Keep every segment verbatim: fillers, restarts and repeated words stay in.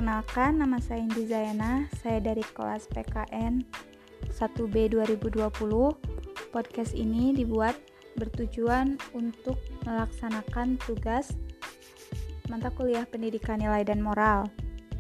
Perkenalkan, nama saya Indi Zayana. Saya dari kelas P K N satu B dua ribu dua puluh. Podcast ini dibuat bertujuan untuk melaksanakan tugas mata kuliah pendidikan nilai dan moral.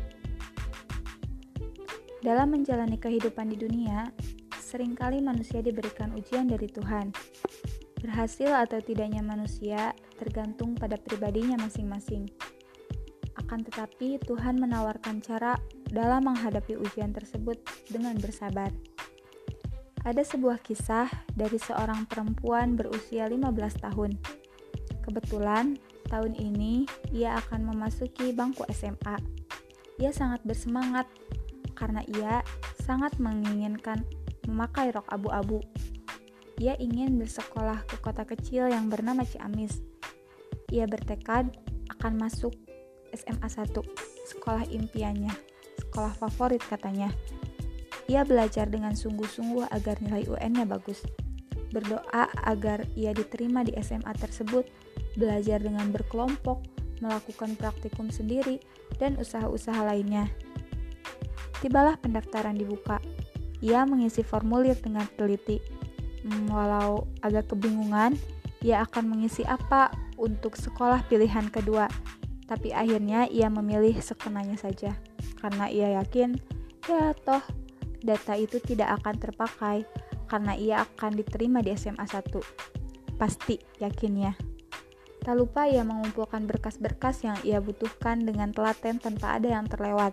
Dalam menjalani kehidupan di dunia, seringkali manusia diberikan ujian dari Tuhan. Berhasil atau tidaknya manusia tergantung pada pribadinya masing-masing. Akan tetapi, Tuhan menawarkan cara dalam menghadapi ujian tersebut dengan bersabar. Ada sebuah kisah dari seorang perempuan berusia lima belas tahun. Kebetulan, tahun ini ia akan memasuki bangku S M A. Ia sangat bersemangat karena ia sangat menginginkan memakai rok abu-abu. Ia ingin bersekolah ke kota kecil yang bernama Ciamis. Ia bertekad akan masuk S M A satu, sekolah impiannya, sekolah favorit katanya. Ia belajar dengan sungguh-sungguh agar nilai U N-nya bagus. Berdoa agar ia diterima di S M A tersebut, belajar dengan berkelompok, melakukan praktikum sendiri, dan usaha-usaha lainnya. Tibalah pendaftaran dibuka. Ia mengisi formulir dengan teliti. Hmm, walau agak kebingungan, ia akan mengisi apa untuk sekolah pilihan kedua. Tapi akhirnya ia memilih sekenanya saja, karena ia yakin, ya toh data itu tidak akan terpakai, karena ia akan diterima di S M A satu. Pasti, yakinnya. Tak lupa ia mengumpulkan berkas-berkas yang ia butuhkan dengan telaten tanpa ada yang terlewat.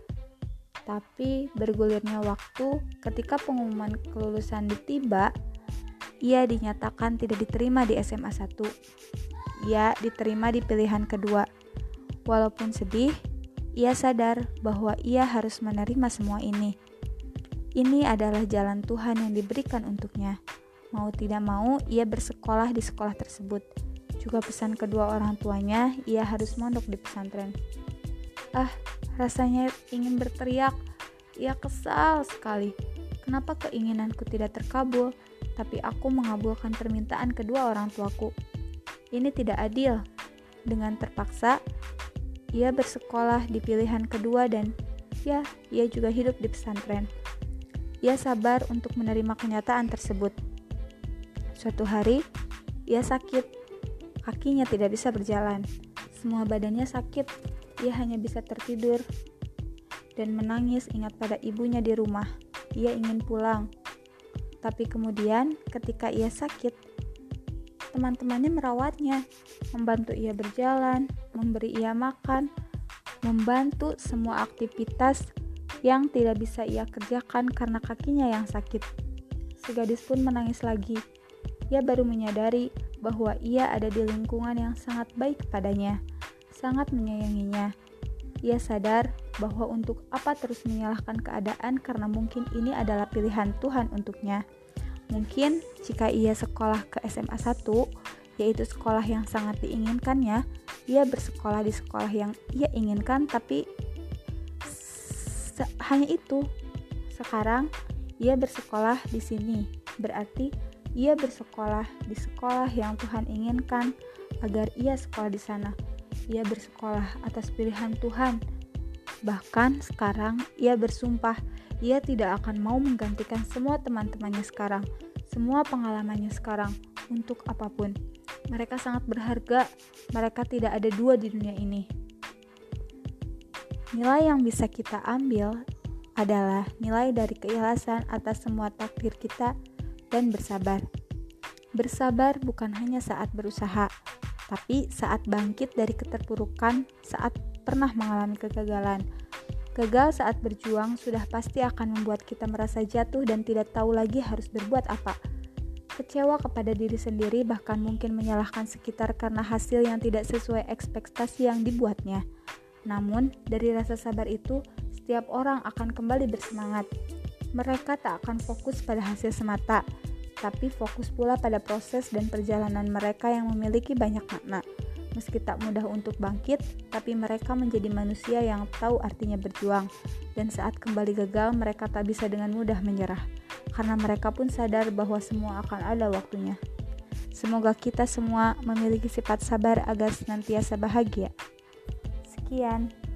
Tapi bergulirnya waktu, ketika pengumuman kelulusan ditiba, ia dinyatakan tidak diterima di S M A satu. Ia diterima di pilihan kedua. Walaupun sedih, ia sadar bahwa ia harus menerima semua ini. Ini adalah jalan Tuhan yang diberikan untuknya. Mau tidak mau, ia bersekolah di sekolah tersebut. Juga pesan kedua orang tuanya, ia harus mondok di pesantren. Ah, rasanya ingin berteriak. Ia kesal sekali. Kenapa keinginanku tidak terkabul, tapi aku mengabulkan permintaan kedua orang tuaku. Ini tidak adil. Dengan terpaksa, ia bersekolah di pilihan kedua dan ya, ia juga hidup di pesantren. Ia sabar untuk menerima kenyataan tersebut. Suatu hari, ia sakit. Kakinya tidak bisa berjalan. Semua badannya sakit. Ia hanya bisa tertidur dan menangis ingat pada ibunya di rumah. Ia ingin pulang. Tapi kemudian ketika ia sakit, teman-temannya merawatnya, membantu ia berjalan, memberi ia makan, membantu semua aktivitas yang tidak bisa ia kerjakan karena kakinya yang sakit. Si gadis pun menangis lagi. Ia baru menyadari bahwa ia ada di lingkungan yang sangat baik padanya, sangat menyayanginya. Ia sadar bahwa untuk apa terus menyalahkan keadaan karena mungkin ini adalah pilihan Tuhan untuknya. Mungkin jika ia sekolah ke S M A satu, yaitu sekolah yang sangat diinginkannya, ia bersekolah di sekolah yang ia inginkan, tapi se- hanya itu. Sekarang ia bersekolah di sini, berarti ia bersekolah di sekolah yang Tuhan inginkan agar ia sekolah di sana. Ia bersekolah atas pilihan Tuhan. Bahkan sekarang ia bersumpah ia tidak akan mau menggantikan semua teman-temannya sekarang, semua pengalamannya sekarang, untuk apapun. Mereka sangat berharga, mereka tidak ada dua di dunia ini. Nilai yang bisa kita ambil adalah nilai dari keikhlasan atas semua takdir kita dan bersabar. Bersabar bukan hanya saat berusaha, tapi saat bangkit dari keterpurukan, saat pernah mengalami kegagalan. Gagal saat berjuang sudah pasti akan membuat kita merasa jatuh dan tidak tahu lagi harus berbuat apa. Kecewa kepada diri sendiri, bahkan mungkin menyalahkan sekitar karena hasil yang tidak sesuai ekspektasi yang dibuatnya. Namun, dari rasa sabar itu, setiap orang akan kembali bersemangat. Mereka tak akan fokus pada hasil semata, tapi fokus pula pada proses dan perjalanan mereka yang memiliki banyak makna. Meski tak mudah untuk bangkit, tapi mereka menjadi manusia yang tahu artinya berjuang. Dan saat kembali gagal, mereka tak bisa dengan mudah menyerah. Karena mereka pun sadar bahwa semua akan ada waktunya. Semoga kita semua memiliki sifat sabar agar senantiasa bahagia. Sekian.